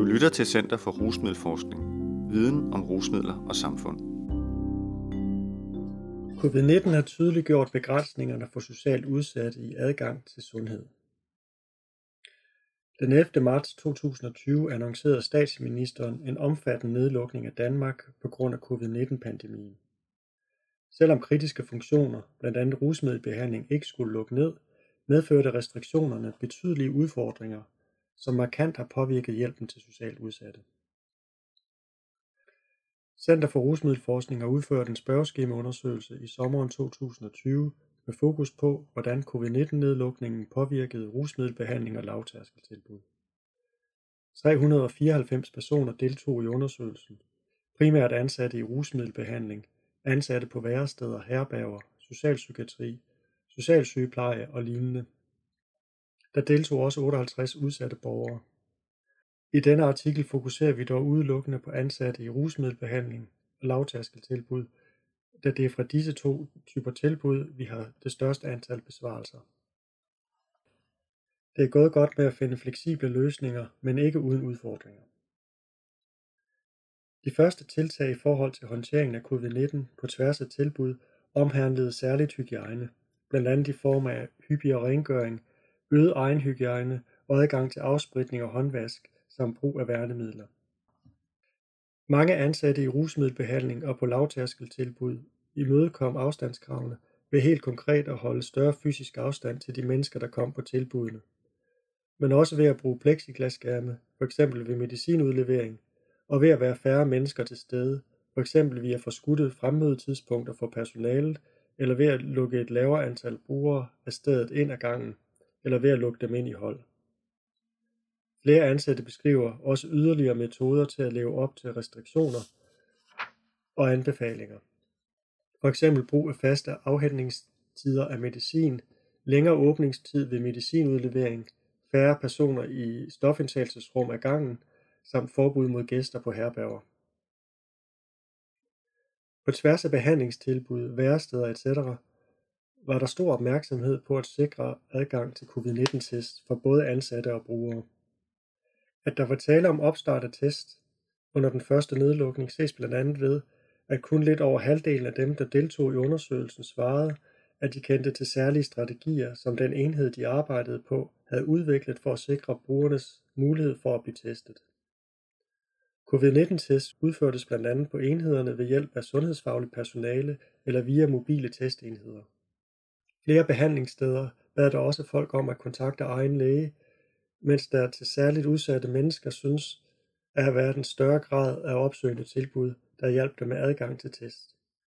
lytter til Center for Rusmiddelforskning. Viden om rusmidler og samfund. Covid-19 har tydeligt gjort begrænsningerne for socialt udsatte i adgang til sundhed. Den 11. marts 2020 annoncerede statsministeren en omfattende nedlukning af Danmark på grund af covid-19-pandemien. Selvom kritiske funktioner, blandt andet rusmiddelbehandling, ikke skulle lukke ned, medførte restriktionerne betydelige udfordringer, som markant har påvirket hjælpen til socialt udsatte. Center for Rusmiddelforskning har udført en spørgeskemaundersøgelse i sommeren 2020 med fokus på, hvordan covid-19-nedlukningen påvirkede rusmiddelbehandling og lavtærskeltilbud. 394 personer deltog i undersøgelsen, primært ansatte i rusmiddelbehandling, ansatte på væresteder, herberger, socialpsykiatri, socialsygepleje og lignende. Der deltog også 58 udsatte borgere. I denne artikel fokuserer vi dog udelukkende på ansatte i rusmiddelbehandling og lavtærskeltilbud, da det er fra disse to typer tilbud, vi har det største antal besvarelser. Det er gået godt med at finde fleksible løsninger, men ikke uden udfordringer. De første tiltag i forhold til håndteringen af covid-19 på tværs af tilbud omhandlede særligt hygiejne, blandt andet i form af hyppigere rengøring, øget egenhygiejne og adgang til afspritning og håndvask samt brug af værnemidler. Mange ansatte i rusmiddelbehandling og på lavtærskeltilbud imødekom afstandskravene ved helt konkret at holde større fysisk afstand til de mennesker, der kom på tilbudene, men også ved at bruge plexiglasskærme, f.eks. ved medicinudlevering, og ved at være færre mennesker til stede, f.eks. via forskudte fremmødetidspunkter for personalet, eller ved at lukke et lavere antal brugere af stedet ind ad gangen, eller ved at lukke dem ind i hold. Flere ansatte beskriver også yderligere metoder til at leve op til restriktioner og anbefalinger. For eksempel brug af faste afhentningstider af medicin, længere åbningstid ved medicinudlevering, færre personer i stofindtagelsesrum ad gangen, samt forbud mod gæster på herberger. På tværs af behandlingstilbud, væresteder etc. var der stor opmærksomhed på at sikre adgang til covid-19-test for både ansatte og brugere. At der var tale om opstart af test under den første nedlukning ses blandt andet ved, at kun lidt over halvdelen af dem, der deltog i undersøgelsen, svarede, at de kendte til særlige strategier, som den enhed, de arbejdede på, havde udviklet for at sikre brugernes mulighed for at blive testet. Covid-19-test udførtes blandt andet på enhederne ved hjælp af sundhedsfagligt personale eller via mobile testenheder. Flere behandlingssteder bad der også folk om at kontakte egen læge, mens der til særligt udsatte mennesker synes at have været en større grad af opsøgende tilbud, der hjalp dem med adgang til test.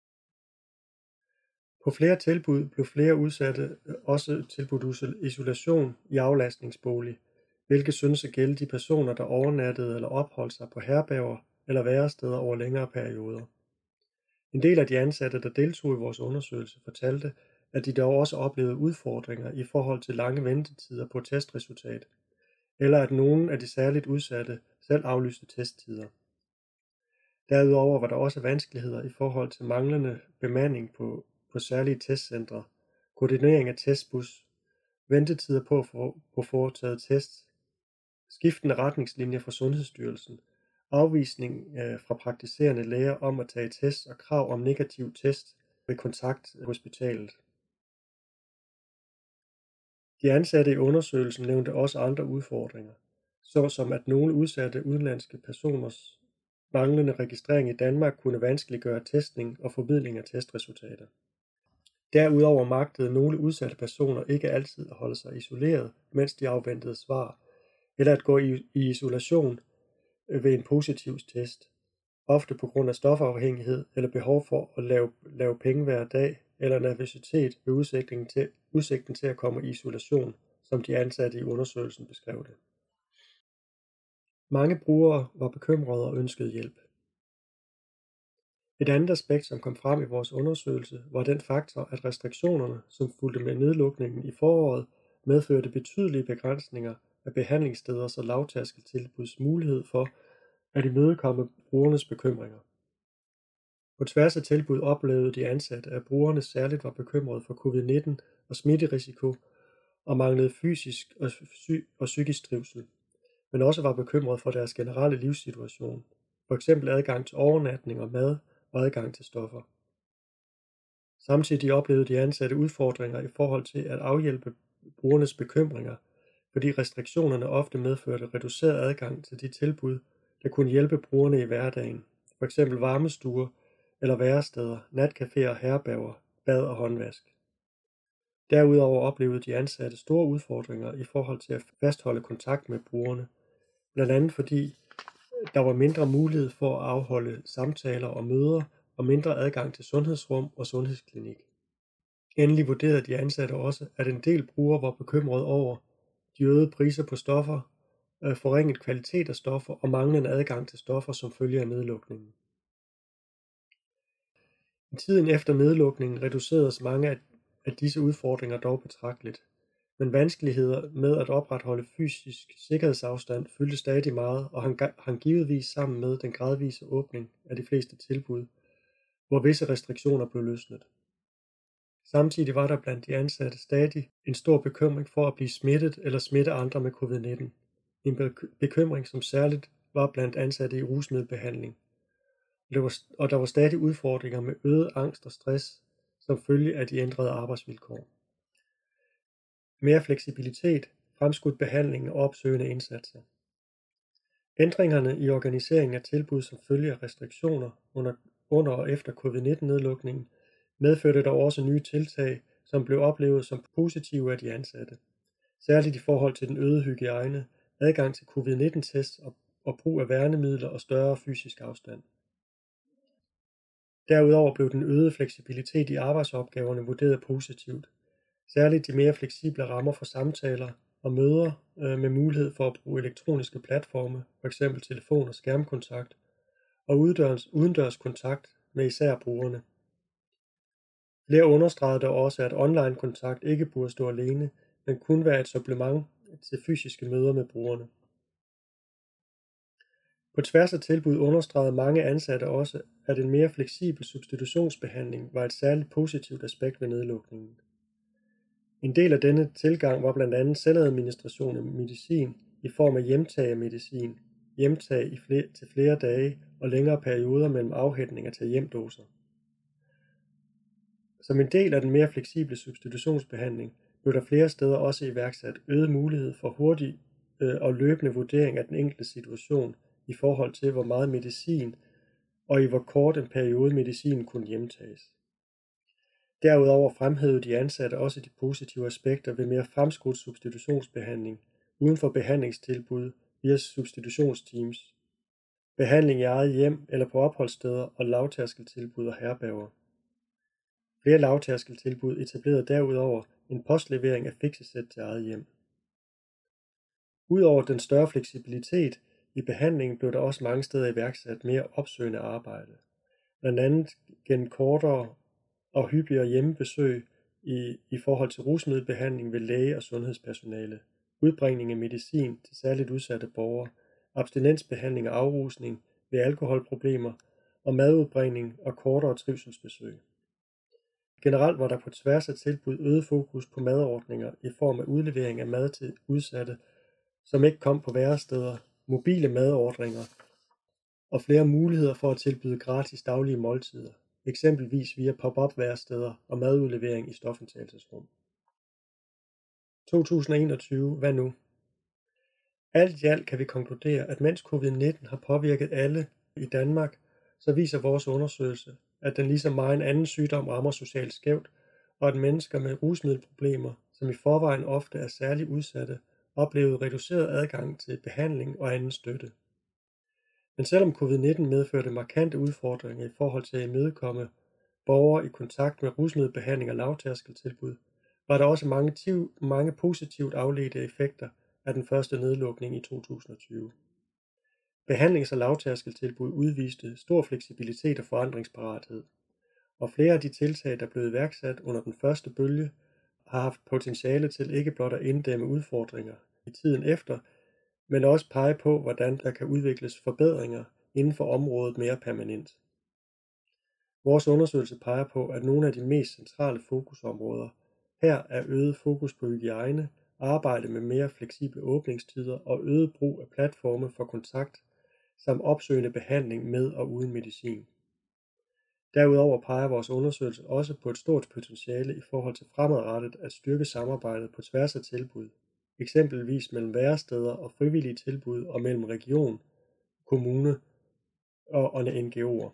På flere tilbud blev flere udsatte også tilbudt isolation i aflastningsbolig, hvilket synes at gælde de personer, der overnattede eller opholdt sig på herberger eller væresteder over længere perioder. En del af de ansatte, der deltog i vores undersøgelse, fortalte, at de dog også oplevede udfordringer i forhold til lange ventetider på testresultat, eller at nogen af de særligt udsatte selv aflyste testtider. Derudover var der også vanskeligheder i forhold til manglende bemanding på særlige testcentre, koordinering af testbus, ventetider på at få foretaget test, skiftende retningslinjer fra Sundhedsstyrelsen, afvisning fra praktiserende læger om at tage test og krav om negativ test ved kontakt til hospitalet. De ansatte i undersøgelsen nævnte også andre udfordringer, såsom at nogle udsatte udenlandske personers manglende registrering i Danmark kunne vanskeliggøre testning og formidling af testresultater. Derudover magtede nogle udsatte personer ikke altid at holde sig isoleret, mens de afventede svar, eller at gå i isolation ved en positiv test, ofte på grund af stofafhængighed eller behov for at lave penge hver dag, eller nervøsitet ved udsigten til at komme i isolation, som de ansatte i undersøgelsen beskrev det. Mange brugere var bekymrede og ønskede hjælp. Et andet aspekt, som kom frem i vores undersøgelse, var den faktor, at restriktionerne, som fulgte med nedlukningen i foråret, medførte betydelige begrænsninger af behandlingssteders og lavtærskeltilbuds mulighed for at imødekomme brugernes bekymringer. På tværs af tilbud oplevede de ansatte, at brugerne særligt var bekymrede for covid-19 og smitterisiko og manglede fysisk og psykisk trivsel. men også var bekymret for deres generelle livssituation, f.eks. adgang til overnatning og mad og adgang til stoffer. Samtidig oplevede de ansatte udfordringer i forhold til at afhjælpe brugernes bekymringer, fordi restriktionerne ofte medførte reduceret adgang til de tilbud, der kunne hjælpe brugerne i hverdagen, f.eks. varmestuer eller væresteder, natcaféer, herberger, bad og håndvask. Derudover oplevede de ansatte store udfordringer i forhold til at fastholde kontakt med brugerne, blandt andet fordi der var mindre mulighed for at afholde samtaler og møder og mindre adgang til sundhedsrum og sundhedsklinik. Endelig vurderede de ansatte også, at en del brugere var bekymrede over de øgede priser på stoffer, forringet kvalitet af stoffer og manglende adgang til stoffer som følge af nedlukningen. I tiden efter nedlukningen reduceredes mange af disse udfordringer dog betragteligt, men vanskeligheder med at opretholde fysisk sikkerhedsafstand fyldte stadig meget og hang givetvis sammen med den gradvise åbning af de fleste tilbud, hvor visse restriktioner blev løsnet. Samtidig var der blandt de ansatte stadig en stor bekymring for at blive smittet eller smitte andre med covid-19. En bekymring, som særligt var blandt ansatte i rusmiddelbehandling. Og der var stadig udfordringer med øget angst og stress som følge af de ændrede arbejdsvilkår. Mere fleksibilitet, fremskudt behandling og opsøgende indsatser. Ændringerne i organiseringen af tilbud som følge af restriktioner under og efter covid-19-nedlukningen medførte dog også nye tiltag, som blev oplevet som positive af de ansatte, særligt i forhold til den øgede hygiejne, adgang til covid-19-tests og brug af værnemidler og større fysisk afstand. Derudover blev den øgede fleksibilitet i arbejdsopgaverne vurderet positivt, særligt de mere fleksible rammer for samtaler og møder med mulighed for at bruge elektroniske platforme, f.eks. telefon- og skærmkontakt, og udendørs kontakt med især brugerne. Flere understregede dog også, at online-kontakt ikke burde stå alene, men kun være et supplement til fysiske møder med brugerne. På tværs af tilbud understregede mange ansatte også, at en mere fleksibel substitutionsbehandling var et særligt positivt aspekt ved nedlukningen. En del af denne tilgang var blandt andet selvadministration af medicin i form af hjemtag af medicin, hjemtag til flere dage og længere perioder mellem afhentning af tag-hjem-doser. Som en del af den mere fleksible substitutionsbehandling blev der flere steder også iværksat øget mulighed for hurtig og løbende vurdering af den enkelte situation i forhold til, hvor meget medicin og i hvor kort en periode medicinen kunne hjemtages. Derudover fremhævede de ansatte også de positive aspekter ved mere fremskudt substitutionsbehandling uden for behandlingstilbud via substitutionsteams, behandling i eget hjem eller på opholdssteder og lavtærskeltilbud og herberger. Flere lavtærskeltilbud etablerede derudover en postlevering af fiksesæt til eget hjem. Udover den større fleksibilitet i behandlingen blev der også mange steder iværksat mere opsøgende arbejde, blandt andet gennem kortere og hyppigere hjemmebesøg i forhold til rusmiddelbehandling ved læge og sundhedspersonale, udbringning af medicin til særligt udsatte borgere, abstinensbehandling og afrusning ved alkoholproblemer og madudbringning og kortere trivselsbesøg. Generelt var der på tværs af tilbud øget fokus på madordninger i form af udlevering af mad til udsatte, som ikke kom på væresteder, mobile madordringer og flere muligheder for at tilbyde gratis daglige måltider, eksempelvis via pop-up væresteder og madudlevering i stofindtagelsesrum. 2021, hvad nu? Alt i alt kan vi konkludere, at mens covid-19 har påvirket alle i Danmark, så viser vores undersøgelse, at den ligesom meget en anden sygdom rammer socialt skævt, og at mennesker med rusmiddelproblemer, som i forvejen ofte er særligt udsatte, oplevede reduceret adgang til behandling og anden støtte. Men selvom covid-19 medførte markante udfordringer i forhold til at imødekomme borgere i kontakt med rusmiddelbehandling og lavtærskeltilbud, var der også mange positivt afledte effekter af den første nedlukning i 2020. Behandlings- og lavtærskeltilbud udviste stor fleksibilitet og forandringsparathed, og flere af de tiltag, der blev iværksat under den første bølge, har haft potentiale til ikke blot at inddæmme udfordringer i tiden efter, men også pege på, hvordan der kan udvikles forbedringer inden for området mere permanent. Vores undersøgelse peger på, at nogle af de mest centrale fokusområder her er øget fokus på hygiejne arbejde med mere fleksible åbningstider og øget brug af platforme for kontakt samt opsøgende behandling med og uden medicin. Derudover peger vores undersøgelse også på et stort potentiale i forhold til fremadrettet at styrke samarbejdet på tværs af tilbud, eksempelvis mellem væresteder og frivillige tilbud og mellem region, kommune og NGO'er.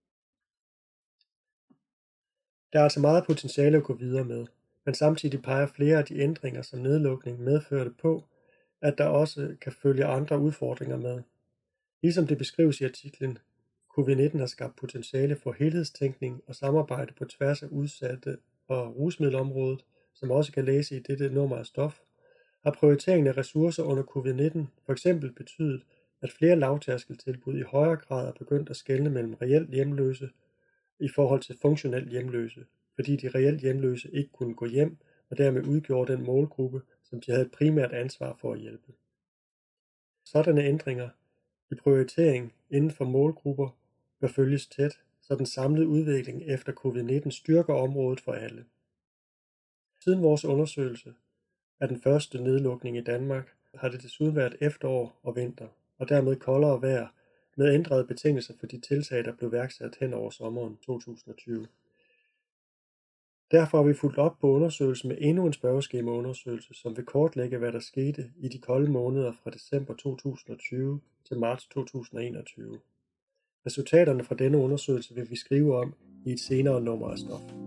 Der er altså meget potentiale at gå videre med, men samtidig peger flere af de ændringer, som nedlukning medførte på, at der også kan følge andre udfordringer med. Ligesom det beskrives i artiklen, COVID-19 har skabt potentiale for helhedstænkning og samarbejde på tværs af udsatte og rusmiddelområdet, som også kan læse i dette nummer af stof, har prioriteringen af ressourcer under covid-19 for eksempel betydet, at flere lavtærskeltilbud i højere grad er begyndt at skelne mellem reelt hjemløse i forhold til funktionelt hjemløse, fordi de reelt hjemløse ikke kunne gå hjem og dermed udgjorde den målgruppe, som de havde et primært ansvar for at hjælpe. Sådanne ændringer i prioritering inden for målgrupper bør følges tæt, så den samlede udvikling efter covid-19 styrker området for alle. Siden vores undersøgelse af den første nedlukning i Danmark, har det desuden været efterår og vinter, og dermed koldere vejr, med ændrede betingelser for de tiltag, der blev værksat hen over sommeren 2020. Derfor har vi fulgt op på undersøgelsen med endnu en spørgeskemaundersøgelse, som vil kortlægge, hvad der skete i de kolde måneder fra december 2020 til marts 2021. Resultaterne fra denne undersøgelse vil vi skrive om i et senere nummer af stof.